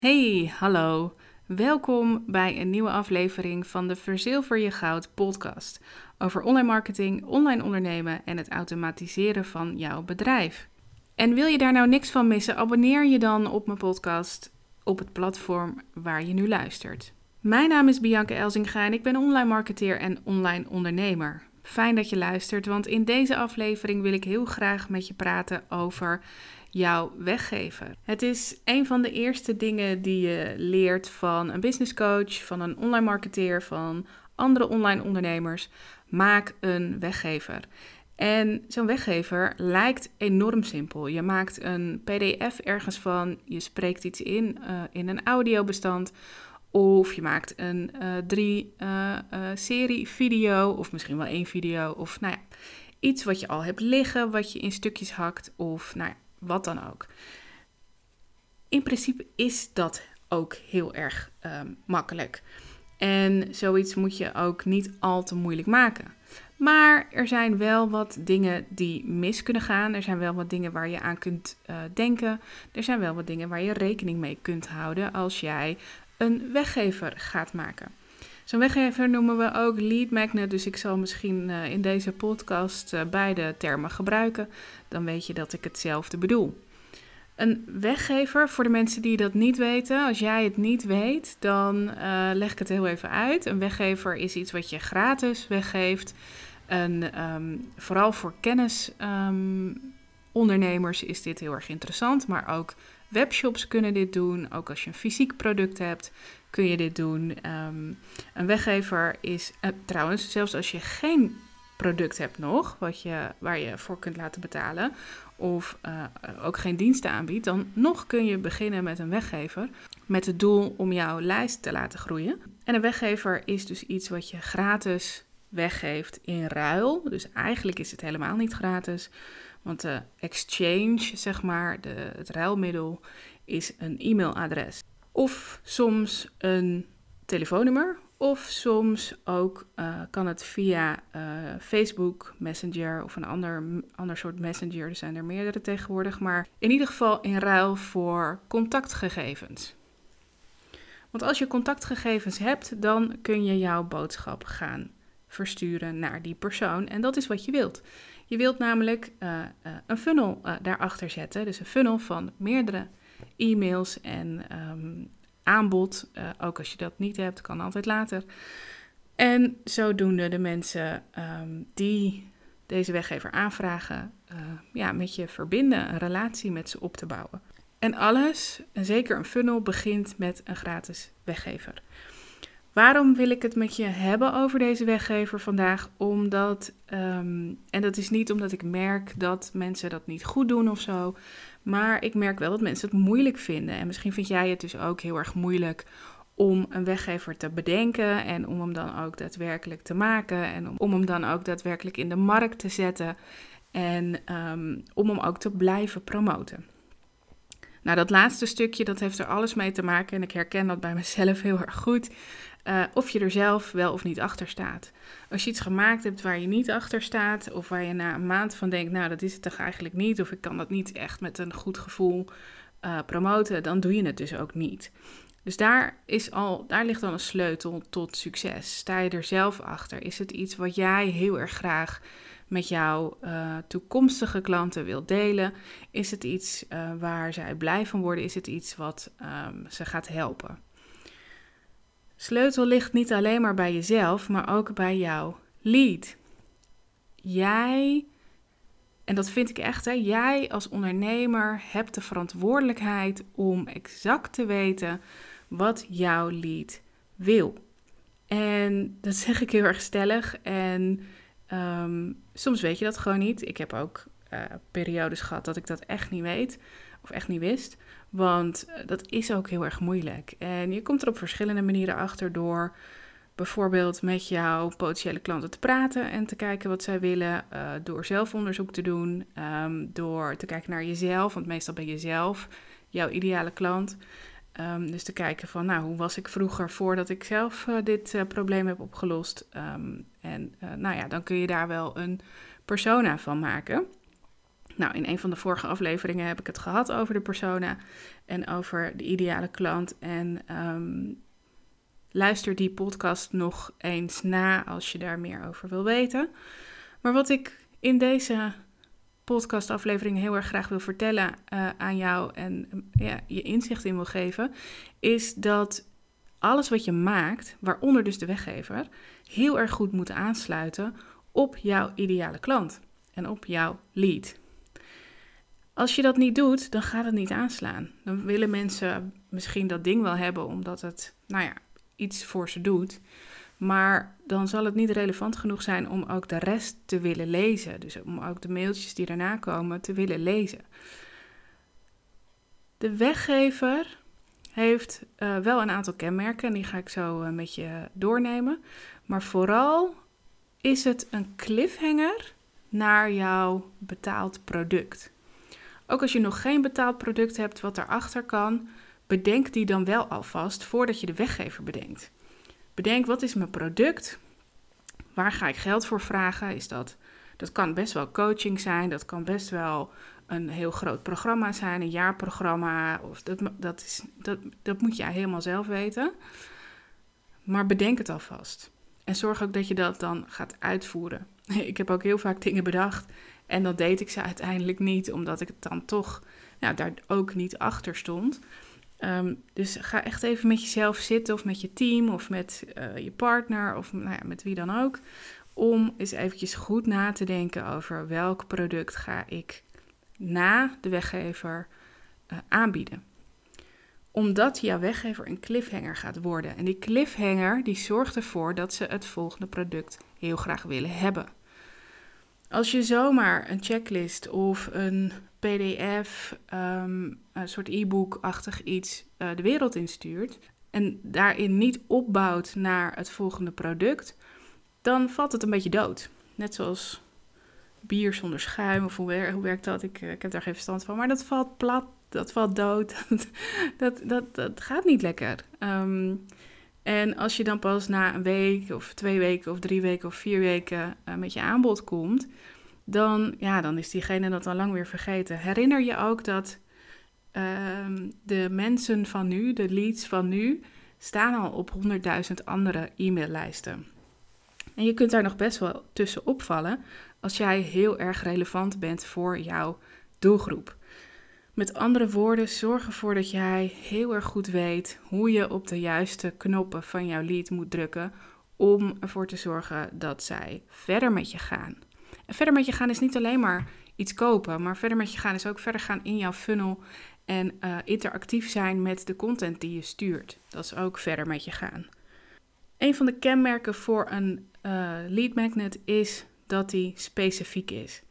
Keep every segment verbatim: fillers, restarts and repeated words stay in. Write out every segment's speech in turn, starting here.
Hey, hallo. Welkom bij een nieuwe aflevering van de Verzilver je Goud podcast over online marketing, online ondernemen en het automatiseren van jouw bedrijf. En wil je daar nou niks van missen, abonneer je dan op mijn podcast op het platform waar je nu luistert. Mijn naam is Bianca Elzinga en ik ben online marketeer en online ondernemer. Fijn dat je luistert, want in deze aflevering wil ik heel graag met je praten over jouw weggever. Het is een van de eerste dingen die je leert van een business coach, van een online marketeer, van andere online ondernemers. Maak een weggever. En zo'n weggever lijkt enorm simpel. Je maakt een P D F ergens van, je spreekt iets in uh, in een audiobestand. Of je maakt een uh, drie uh, uh, serie video, of misschien wel één video. Of nou ja, iets wat je al hebt liggen, wat je in stukjes hakt, of nou ja, wat dan ook. In principe is dat ook heel erg um, makkelijk. En zoiets moet je ook niet al te moeilijk maken. Maar er zijn wel wat dingen die mis kunnen gaan. Er zijn wel wat dingen waar je aan kunt uh, denken. Er zijn wel wat dingen waar je rekening mee kunt houden als jij een weggever gaat maken. Zo'n weggever noemen we ook lead magnet, dus ik zal misschien uh, in deze podcast uh, beide termen gebruiken. Dan weet je dat ik hetzelfde bedoel. Een weggever, voor de mensen die dat niet weten, als jij het niet weet, dan uh, leg ik het heel even uit. Een weggever is iets wat je gratis weggeeft. En, um, vooral voor kennisondernemers um, is dit heel erg interessant, maar ook webshops kunnen dit doen. Ook als je een fysiek product hebt, kun je dit doen. Um, een weggever is, uh, trouwens, zelfs als je geen product hebt nog, wat je, waar je voor kunt laten betalen, of uh, ook geen diensten aanbiedt, dan nog kun je beginnen met een weggever met het doel om jouw lijst te laten groeien. En een weggever is dus iets wat je gratis weggeeft in ruil. Dus eigenlijk is het helemaal niet gratis, want de exchange, zeg maar, de, het ruilmiddel, is een e-mailadres. Of soms een telefoonnummer. Of soms ook uh, kan het via uh, Facebook Messenger of een ander, ander soort messenger. Er zijn er meerdere tegenwoordig. Maar in ieder geval in ruil voor contactgegevens. Want als je contactgegevens hebt, dan kun je jouw boodschap gaan versturen naar die persoon. En dat is wat je wilt. Je wilt namelijk uh, uh, een funnel uh, daarachter zetten. Dus een funnel van meerdere e-mails en um, aanbod. Uh, ook als je dat niet hebt, kan altijd later. En zodoende de mensen um, die deze weggever aanvragen, uh, ja, met je verbinden, een relatie met ze op te bouwen. En alles, en zeker een funnel, begint met een gratis weggever. Waarom wil ik het met je hebben over deze weggever vandaag? Omdat, um, en dat is niet omdat ik merk dat mensen dat niet goed doen of zo, maar ik merk wel dat mensen het moeilijk vinden. En misschien vind jij het dus ook heel erg moeilijk om een weggever te bedenken en om hem dan ook daadwerkelijk te maken en om, om hem dan ook daadwerkelijk in de markt te zetten en um, om hem ook te blijven promoten. Nou, dat laatste stukje, dat heeft er alles mee te maken en ik herken dat bij mezelf heel erg goed. Uh, of je er zelf wel of niet achter staat. Als je iets gemaakt hebt waar je niet achter staat, of waar je na een maand van denkt, nou dat is het toch eigenlijk niet, of ik kan dat niet echt met een goed gevoel uh, promoten, dan doe je het dus ook niet. Dus daar, is al, daar ligt al een sleutel tot succes. Sta je er zelf achter? Is het iets wat jij heel erg graag met jouw uh, toekomstige klanten wilt delen? Is het iets uh, waar zij blij van worden? Is het iets wat um, ze gaat helpen? Sleutel ligt niet alleen maar bij jezelf, maar ook bij jouw lead. Jij, en dat vind ik echt, hè, jij als ondernemer hebt de verantwoordelijkheid om exact te weten wat jouw lead wil. En dat zeg ik heel erg stellig en um, soms weet je dat gewoon niet. Ik heb ook uh, periodes gehad dat ik dat echt niet weet of echt niet wist. Want dat is ook heel erg moeilijk. En je komt er op verschillende manieren achter door bijvoorbeeld met jouw potentiële klanten te praten en te kijken wat zij willen. Uh, door zelfonderzoek te doen, um, door te kijken naar jezelf, want meestal ben je zelf jouw ideale klant. Um, dus te kijken van, nou, hoe was ik vroeger voordat ik zelf uh, dit uh, probleem heb opgelost? Um, en uh, nou ja, dan kun je daar wel een persona van maken. Nou, in een van de vorige afleveringen heb ik het gehad over de persona en over de ideale klant. En um, luister die podcast nog eens na als je daar meer over wil weten. Maar wat ik in deze podcastaflevering heel erg graag wil vertellen uh, aan jou en uh, ja, je inzicht in wil geven, is dat alles wat je maakt, waaronder dus de weggever, heel erg goed moet aansluiten op jouw ideale klant en op jouw lead. Als je dat niet doet, dan gaat het niet aanslaan. Dan willen mensen misschien dat ding wel hebben, omdat het, nou ja, iets voor ze doet. Maar dan zal het niet relevant genoeg zijn om ook de rest te willen lezen. Dus om ook de mailtjes die daarna komen te willen lezen. De weggever heeft uh, wel een aantal kenmerken en die ga ik zo uh, met je doornemen. Maar vooral is het een cliffhanger naar jouw betaald product. Ook als je nog geen betaald product hebt wat erachter kan, bedenk die dan wel alvast voordat je de weggever bedenkt. Bedenk, wat is mijn product? Waar ga ik geld voor vragen? Is dat, dat kan best wel coaching zijn, dat kan best wel een heel groot programma zijn, een jaarprogramma. Of dat, dat, is, dat, dat moet jij helemaal zelf weten. Maar bedenk het alvast. En zorg ook dat je dat dan gaat uitvoeren. Ik heb ook heel vaak dingen bedacht en dan deed ik ze uiteindelijk niet, omdat ik het dan toch nou, daar ook niet achter stond. Um, dus ga echt even met jezelf zitten of met je team of met uh, je partner of nou ja, met wie dan ook. Om eens eventjes goed na te denken over welk product ga ik na de weggever uh, aanbieden. Omdat jouw weggever een cliffhanger gaat worden. En die cliffhanger die zorgt ervoor dat ze het volgende product heel graag willen hebben. Als je zomaar een checklist of een P D F, um, een soort e-book-achtig iets uh, de wereld instuurt en daarin niet opbouwt naar het volgende product, dan valt het een beetje dood. Net zoals bier zonder schuim, of hoe, hoe werkt dat? Ik, ik heb daar geen verstand van, maar dat valt plat, dat valt dood. dat, dat, dat gaat niet lekker. Um, en als je dan pas na een week of twee weken of drie weken of vier weken uh, met je aanbod komt, dan, ja, dan is diegene dat al lang weer vergeten. Herinner je ook dat uh, de mensen van nu, de leads van nu, staan al op honderdduizend andere e-maillijsten. En je kunt daar nog best wel tussen opvallen als jij heel erg relevant bent voor jouw doelgroep. Met andere woorden, zorg ervoor dat jij heel erg goed weet hoe je op de juiste knoppen van jouw lead moet drukken om ervoor te zorgen dat zij verder met je gaan. En verder met je gaan is niet alleen maar iets kopen, maar verder met je gaan is ook verder gaan in jouw funnel en uh, interactief zijn met de content die je stuurt. Dat is ook verder met je gaan. Een van de kenmerken voor een uh, lead magnet is dat die specifiek is.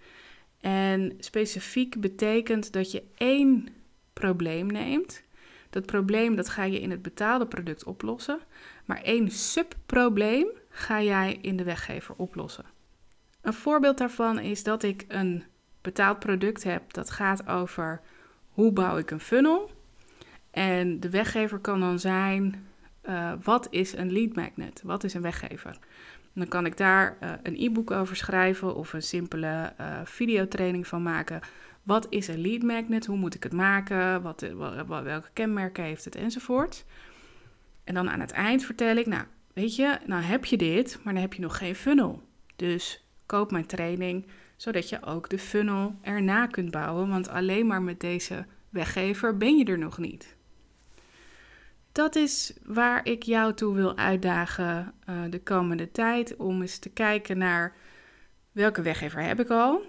En specifiek betekent dat je één probleem neemt. Dat probleem dat ga je in het betaalde product oplossen. Maar één subprobleem ga jij in de weggever oplossen. Een voorbeeld daarvan is dat ik een betaald product heb dat gaat over hoe bouw ik een funnel. En de weggever kan dan zijn, uh, wat is een lead magnet? Wat is een weggever? Dan kan ik daar uh, een e-book over schrijven of een simpele uh, videotraining van maken. Wat is een lead magnet? Hoe moet ik het maken? Wat, wat, welke kenmerken heeft het? Enzovoort. En dan aan het eind vertel ik, nou weet je, nou heb je dit, maar dan heb je nog geen funnel. Dus koop mijn training, zodat je ook de funnel erna kunt bouwen. Want alleen maar met deze weggever ben je er nog niet. Dat is waar ik jou toe wil uitdagen uh, de komende tijd. Om eens te kijken naar welke weggever heb ik al.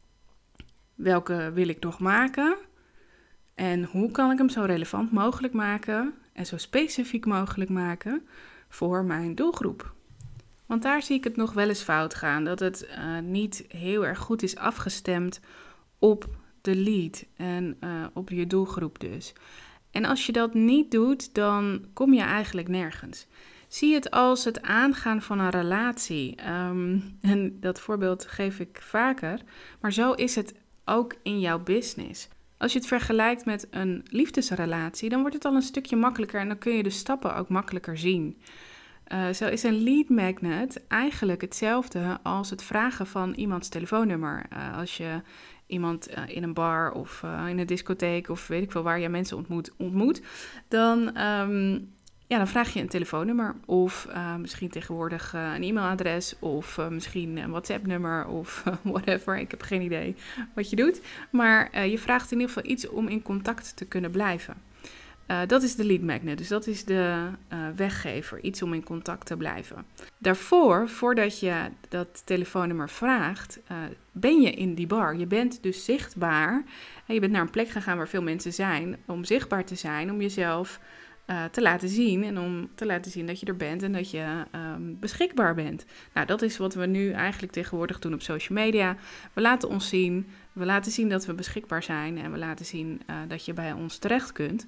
Welke wil ik nog maken. En hoe kan ik hem zo relevant mogelijk maken. En zo specifiek mogelijk maken voor mijn doelgroep. Want daar zie ik het nog wel eens fout gaan. Dat het uh, niet heel erg goed is afgestemd op de lead. En uh, op je doelgroep dus. En als je dat niet doet, dan kom je eigenlijk nergens. Zie het als het aangaan van een relatie. Um, en dat voorbeeld geef ik vaker. Maar zo is het ook in jouw business. Als je het vergelijkt met een liefdesrelatie, dan wordt het al een stukje makkelijker. En dan kun je de stappen ook makkelijker zien. Uh, zo is een lead magnet eigenlijk hetzelfde als het vragen van iemands telefoonnummer. Uh, als je iemand uh, in een bar of uh, in een discotheek of weet ik veel waar je mensen ontmoet, ontmoet dan, um, ja, dan vraag je een telefoonnummer of uh, misschien tegenwoordig uh, een e-mailadres of uh, misschien een WhatsApp-nummer of uh, whatever. Ik heb geen idee wat je doet, maar uh, je vraagt in ieder geval iets om in contact te kunnen blijven. Uh, dat is de lead magnet, dus dat is de uh, weggever, iets om in contact te blijven. Daarvoor, voordat je dat telefoonnummer vraagt, uh, ben je in die bar. Je bent dus zichtbaar en je bent naar een plek gegaan waar veel mensen zijn, om zichtbaar te zijn, om jezelf uh, te laten zien en om te laten zien dat je er bent en dat je um, beschikbaar bent. Nou, dat is wat we nu eigenlijk tegenwoordig doen op social media. We laten ons zien, we laten zien dat we beschikbaar zijn en we laten zien uh, dat je bij ons terecht kunt.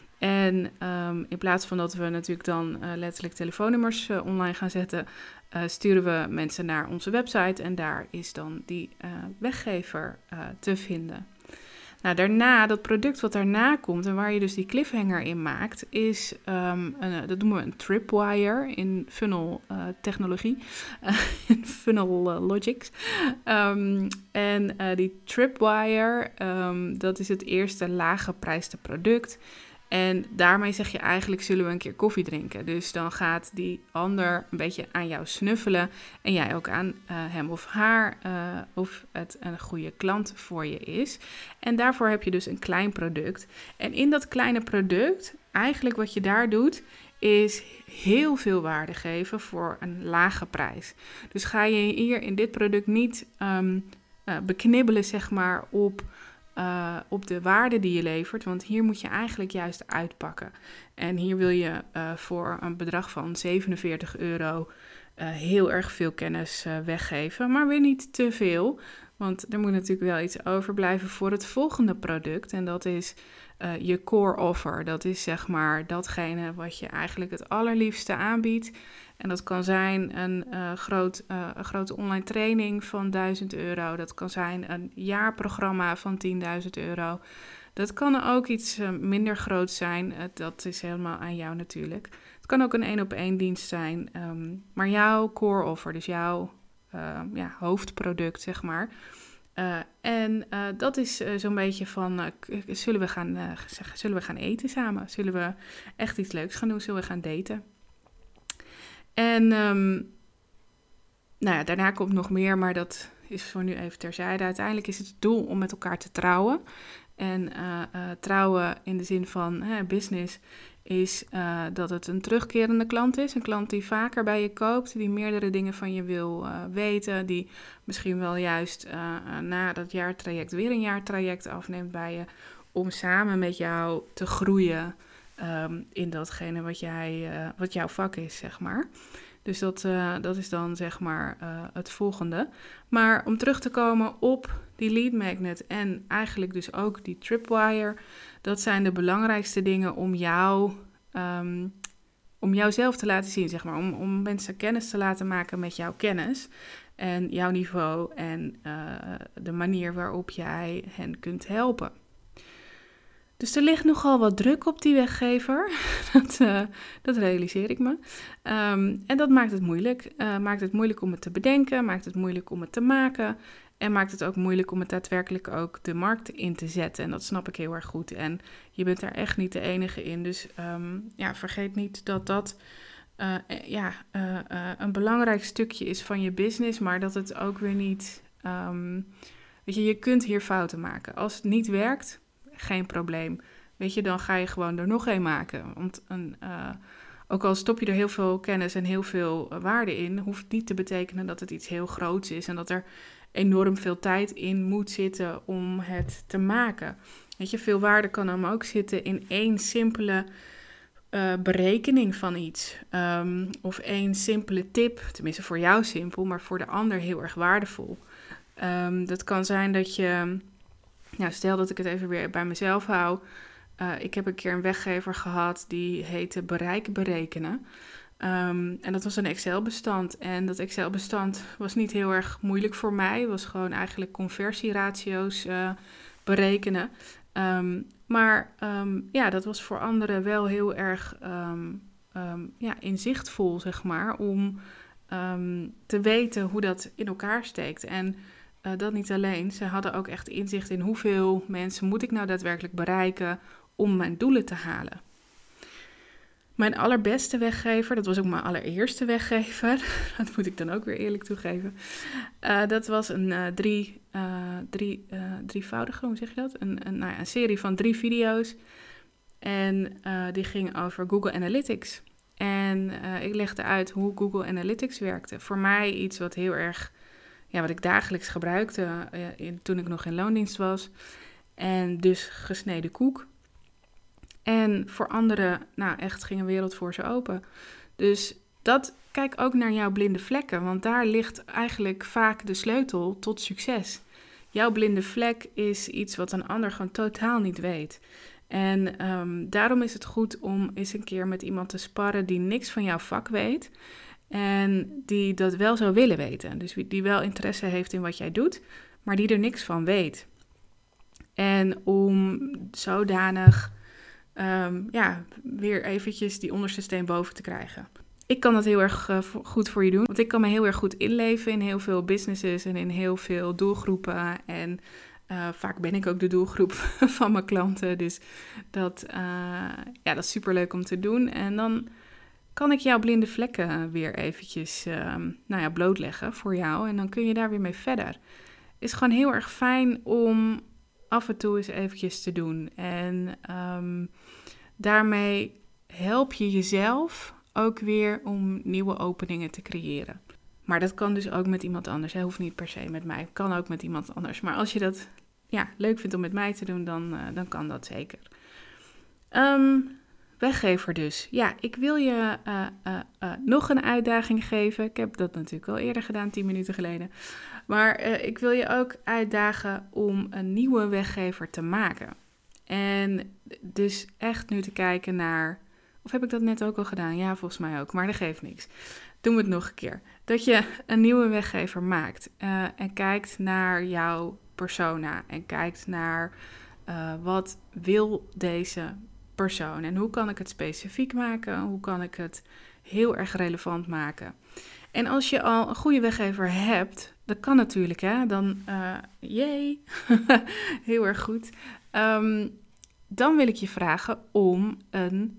En um, in plaats van dat we natuurlijk dan uh, letterlijk telefoonnummers uh, online gaan zetten, uh, sturen we mensen naar onze website en daar is dan die uh, weggever uh, te vinden. Nou, daarna, dat product wat daarna komt en waar je dus die cliffhanger in maakt, is, um, een, dat noemen we een tripwire in funnel uh, technologie, uh, in funnel uh, logics. Um, en uh, die tripwire, um, dat is het eerste laaggeprijsde product. En daarmee zeg je eigenlijk, zullen we een keer koffie drinken. Dus dan gaat die ander een beetje aan jou snuffelen en jij ook aan uh, hem of haar uh, of het een goede klant voor je is. En daarvoor heb je dus een klein product. En in dat kleine product, eigenlijk wat je daar doet, is heel veel waarde geven voor een lage prijs. Dus ga je hier in dit product niet um, uh, beknibbelen, zeg maar, op... Uh, op de waarde die je levert, want hier moet je eigenlijk juist uitpakken. En hier wil je uh, voor een bedrag van zevenenveertig euro uh, heel erg veel kennis uh, weggeven, maar weer niet te veel, want er moet natuurlijk wel iets overblijven voor het volgende product en dat is uh, je core offer. Dat is zeg maar datgene wat je eigenlijk het allerliefste aanbiedt. En dat kan zijn een, uh, groot, uh, een grote online training van duizend euro. Dat kan zijn een jaarprogramma van tienduizend euro. Dat kan ook iets uh, minder groot zijn. Uh, dat is helemaal aan jou natuurlijk. Het kan ook een één-op-één dienst zijn. Um, maar jouw core offer, dus jouw uh, ja, hoofdproduct, zeg maar. Uh, en uh, dat is uh, zo'n beetje van, uh, k- zullen we gaan, uh, zeggen, zullen we gaan eten samen? Zullen we echt iets leuks gaan doen? Zullen we gaan daten? En um, nou ja, daarna komt nog meer, maar dat is voor nu even terzijde. Uiteindelijk is het doel om met elkaar te trouwen. En uh, uh, trouwen in de zin van hè, business is uh, dat het een terugkerende klant is. Een klant die vaker bij je koopt, die meerdere dingen van je wil uh, weten. Die misschien wel juist uh, uh, na dat jaartraject weer een jaartraject afneemt bij je. Om samen met jou te groeien um, in datgene wat, jij, uh, wat jouw vak is, zeg maar. Dus dat, uh, dat is dan zeg maar uh, het volgende. Maar om terug te komen op die lead magnet en eigenlijk dus ook die tripwire, dat zijn de belangrijkste dingen om jou, um, om jouzelf te laten zien, zeg maar. Om, om mensen kennis te laten maken met jouw kennis en jouw niveau en uh, de manier waarop jij hen kunt helpen. Dus er ligt nogal wat druk op die weggever, dat, uh, dat realiseer ik me. Um, en dat maakt het moeilijk. Uh, maakt het moeilijk om het te bedenken, maakt het moeilijk om het te maken en maakt het ook moeilijk om het daadwerkelijk ook de markt in te zetten. En dat snap ik heel erg goed. En je bent daar echt niet de enige in. Dus um, ja, vergeet niet dat dat uh, ja, uh, uh, een belangrijk stukje is van je business, maar dat het ook weer niet... Um, weet je, je kunt hier fouten maken. Als het niet werkt... geen probleem. Weet je, dan ga je gewoon er nog een maken. Want een, uh, ook al stop je er heel veel kennis en heel veel uh, waarde in, hoeft niet te betekenen dat het iets heel groots is en dat er enorm veel tijd in moet zitten om het te maken. Weet je, veel waarde kan dan ook zitten in één simpele uh, berekening van iets. Um, of één simpele tip, tenminste voor jou simpel, maar voor de ander heel erg waardevol. Um, dat kan zijn dat je... Nou, stel dat ik het even weer bij mezelf hou. Uh, ik heb een keer een weggever gehad die heette bereik berekenen. Um, en dat was een Excel-bestand. En dat Excel-bestand was niet heel erg moeilijk voor mij. Het was gewoon eigenlijk conversieratio's uh, berekenen. Um, maar um, ja, dat was voor anderen wel heel erg um, um, ja, inzichtvol, zeg maar. Om um, te weten hoe dat in elkaar steekt. En uh, dat niet alleen. Ze hadden ook echt inzicht in hoeveel mensen moet ik nou daadwerkelijk bereiken om mijn doelen te halen. Mijn allerbeste weggever, dat was ook mijn allereerste weggever, dat moet ik dan ook weer eerlijk toegeven. Uh, dat was een uh, drie, uh, drie, uh, drievoudige, hoe zeg je dat? Een, een, nou ja, een serie van drie video's. En uh, die ging over Google Analytics. En uh, ik legde uit hoe Google Analytics werkte. Voor mij iets wat heel erg, ja, wat ik dagelijks gebruikte uh, in, toen ik nog in loondienst was. En dus gesneden koek. En voor anderen, nou echt ging een wereld voor ze open. Dus dat, kijk ook naar jouw blinde vlekken, want daar ligt eigenlijk vaak de sleutel tot succes. Jouw blinde vlek is iets wat een ander gewoon totaal niet weet. En um, daarom is het goed om eens een keer met iemand te sparren die niks van jouw vak weet. En die dat wel zou willen weten. Dus die wel interesse heeft in wat jij doet, maar die er niks van weet. En om zodanig um, ja, weer eventjes die onderste steen boven te krijgen. Ik kan dat heel erg uh, goed voor je doen. Want ik kan me heel erg goed inleven in heel veel businesses en in heel veel doelgroepen. En uh, vaak ben ik ook de doelgroep van mijn klanten. Dus dat, uh, ja, dat is superleuk om te doen. En dan kan ik jouw blinde vlekken weer eventjes uh, nou ja, blootleggen voor jou. En dan kun je daar weer mee verder. Het is gewoon heel erg fijn om af en toe eens eventjes te doen. En um, daarmee help je jezelf ook weer om nieuwe openingen te creëren. Maar dat kan dus ook met iemand anders. Hij hoeft niet per se met mij. Kan ook met iemand anders. Maar als je dat ja, leuk vindt om met mij te doen, dan, uh, dan kan dat zeker. Um, weggever dus. Ja, ik wil je uh, uh, uh, nog een uitdaging geven. Ik heb dat natuurlijk al eerder gedaan, tien minuten geleden. Maar uh, ik wil je ook uitdagen om een nieuwe weggever te maken. En dus echt nu te kijken naar... Of heb ik dat net ook al gedaan? Ja, volgens mij ook. Maar dat geeft niks. Doen we het nog een keer. Dat je een nieuwe weggever maakt. Uh, en kijkt naar jouw persona. En kijkt naar uh, wat wil deze persoon. En hoe kan ik het specifiek maken? Hoe kan ik het heel erg relevant maken? En als je al een goede weggever hebt, dat kan natuurlijk, hè? Dan, uh, jee, heel erg goed. Um, dan wil ik je vragen om een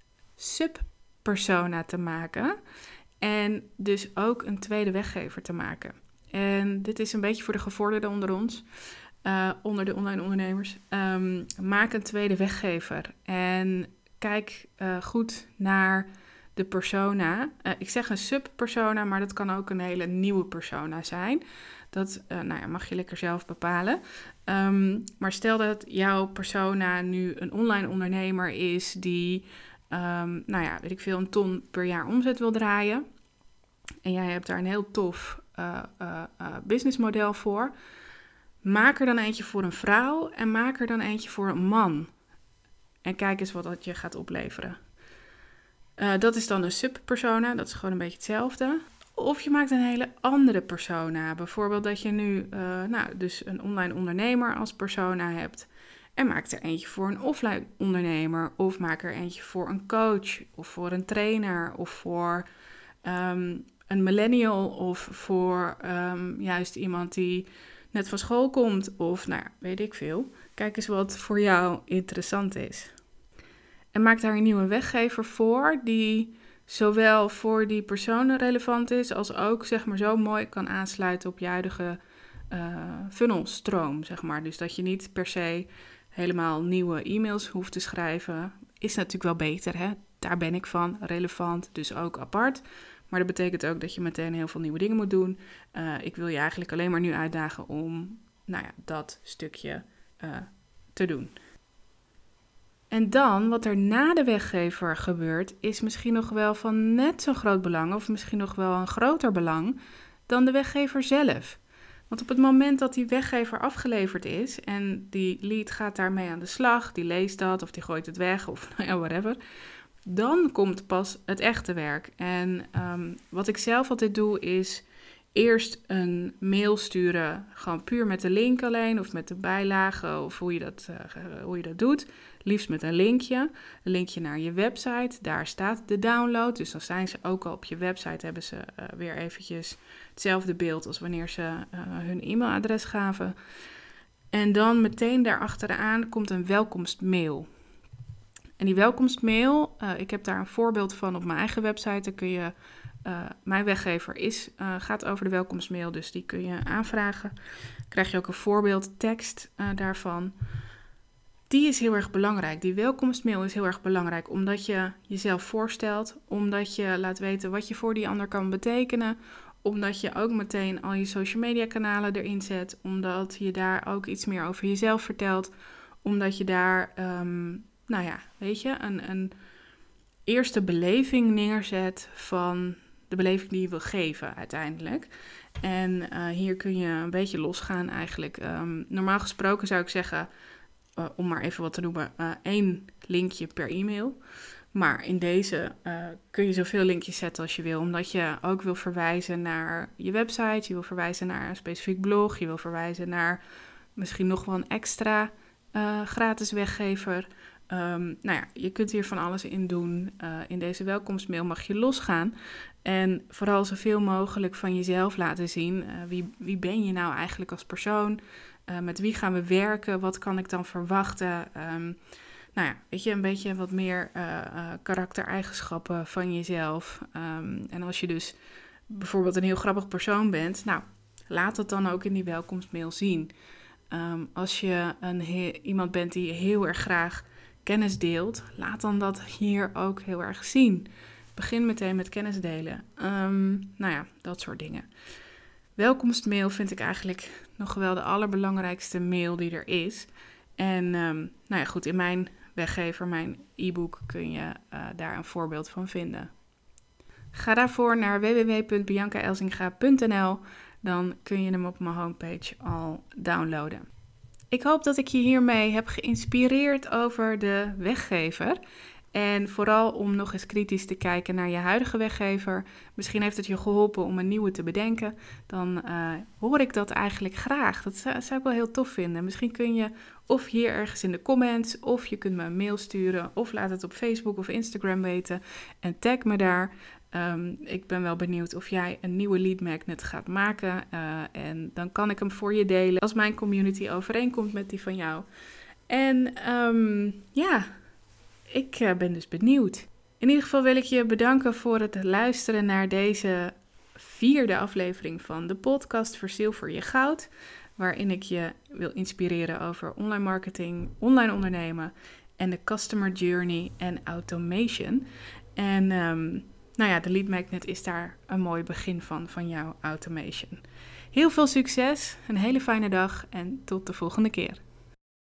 subpersona te maken en dus ook een tweede weggever te maken. En dit is een beetje voor de gevorderden onder ons, uh, onder de online ondernemers. Um, maak een tweede weggever en kijk uh, goed naar de persona. Uh, ik zeg een subpersona, maar dat kan ook een hele nieuwe persona zijn. Dat uh, nou ja, mag je lekker zelf bepalen. Um, maar stel dat jouw persona nu een online ondernemer is die Um, nou ja, weet ik veel, een ton per jaar omzet wil draaien. En jij hebt daar een heel tof uh, uh, uh, businessmodel voor. Maak er dan eentje voor een vrouw en maak er dan eentje voor een man. En kijk eens wat dat je gaat opleveren. Uh, dat is dan een subpersona, dat is gewoon een beetje hetzelfde. Of je maakt een hele andere persona. Bijvoorbeeld dat je nu uh, nou, dus een online ondernemer als persona hebt. En maak er eentje voor een offline ondernemer. Of maak er eentje voor een coach. Of voor een trainer. Of voor um, een millennial. Of voor um, juist iemand die net van school komt. Of nou ja, weet ik veel. Kijk eens wat voor jou interessant is. En maak daar een nieuwe weggever voor. Die zowel voor die personen relevant is. Als ook zeg maar zo mooi kan aansluiten op je huidige uh, funnelstroom. Zeg maar. Dus dat je niet per se helemaal nieuwe e-mails hoeft te schrijven, is natuurlijk wel beter. Hè? Daar ben ik van, relevant, dus ook apart. Maar dat betekent ook dat je meteen heel veel nieuwe dingen moet doen. Uh, ik wil je eigenlijk alleen maar nu uitdagen om nou ja, dat stukje uh, te doen. En dan, wat er na de weggever gebeurt, is misschien nog wel van net zo'n groot belang, of misschien nog wel een groter belang, dan de weggever zelf. Want op het moment dat die weggever afgeleverd is en die lead gaat daarmee aan de slag, die leest dat of die gooit het weg of nou ja, whatever, dan komt pas het echte werk. En um, wat ik zelf altijd doe is eerst een mail sturen, gewoon puur met de link alleen of met de bijlage of hoe je dat, uh, hoe je dat doet. liefst met een linkje. Een linkje naar je website, daar staat de download. Dus dan zijn ze ook al op je website, hebben ze uh, weer eventjes hetzelfde beeld als wanneer ze uh, hun e-mailadres gaven. En dan meteen daarachteraan komt een welkomstmail. En die welkomstmail, uh, ik heb daar een voorbeeld van op mijn eigen website. Dan kun je, uh, mijn weggever is, uh, gaat over de welkomstmail, dus die kun je aanvragen. Dan krijg je ook een voorbeeldtekst uh, daarvan. Die is heel erg belangrijk. Die welkomstmail is heel erg belangrijk, omdat je jezelf voorstelt, omdat je laat weten wat je voor die ander kan betekenen, omdat je ook meteen al je social media kanalen erin zet, omdat je daar ook iets meer over jezelf vertelt, omdat je daar... Um, Nou ja, weet je, een, een eerste beleving neerzet van de beleving die je wil geven uiteindelijk. En uh, hier kun je een beetje losgaan eigenlijk. Um, normaal gesproken zou ik zeggen, uh, om maar even wat te noemen, uh, één linkje per e-mail. Maar in deze uh, kun je zoveel linkjes zetten als je wil, omdat je ook wil verwijzen naar je website, je wil verwijzen naar een specifiek blog, je wil verwijzen naar misschien nog wel een extra uh, gratis weggever. Um, nou ja, je kunt hier van alles in doen. Uh, in deze welkomstmail mag je losgaan. En vooral zoveel mogelijk van jezelf laten zien. Uh, wie, wie ben je nou eigenlijk als persoon? Uh, met wie gaan we werken? Wat kan ik dan verwachten? Um, nou ja, weet je, een beetje wat meer uh, uh, karaktereigenschappen van jezelf. Um, en als je dus bijvoorbeeld een heel grappig persoon bent, nou, laat dat dan ook in die welkomstmail zien. Um, als je een he- iemand bent die heel erg graag kennis deelt, laat dan dat hier ook heel erg zien. Begin meteen met kennis delen. Um, nou ja, dat soort dingen. Welkomstmail vind ik eigenlijk nog wel de allerbelangrijkste mail die er is. En um, nou ja, goed, in mijn weggever, mijn e-book, kun je uh, daar een voorbeeld van vinden. Ga daarvoor naar w w w punt bianca elsinga punt n l. Dan kun je hem op mijn homepage al downloaden. Ik hoop dat ik je hiermee heb geïnspireerd over de weggever. En vooral om nog eens kritisch te kijken naar je huidige weggever. Misschien heeft het je geholpen om een nieuwe te bedenken. Dan uh, hoor ik dat eigenlijk graag. Dat zou, zou ik wel heel tof vinden. Misschien kun je of hier ergens in de comments, of je kunt me een mail sturen, of laat het op Facebook of Instagram weten en tag me daar. Um, ik ben wel benieuwd of jij een nieuwe lead magnet gaat maken. Uh, en dan kan ik hem voor je delen als mijn community overeenkomt met die van jou. En um, ja, ik uh, ben dus benieuwd. In ieder geval wil ik je bedanken voor het luisteren naar deze vierde aflevering van de podcast Verzilver je goud. Waarin ik je wil inspireren over online marketing, online ondernemen en de customer journey en automation. En um, nou ja, de lead magnet is daar een mooi begin van, van jouw automation. Heel veel succes, een hele fijne dag en tot de volgende keer.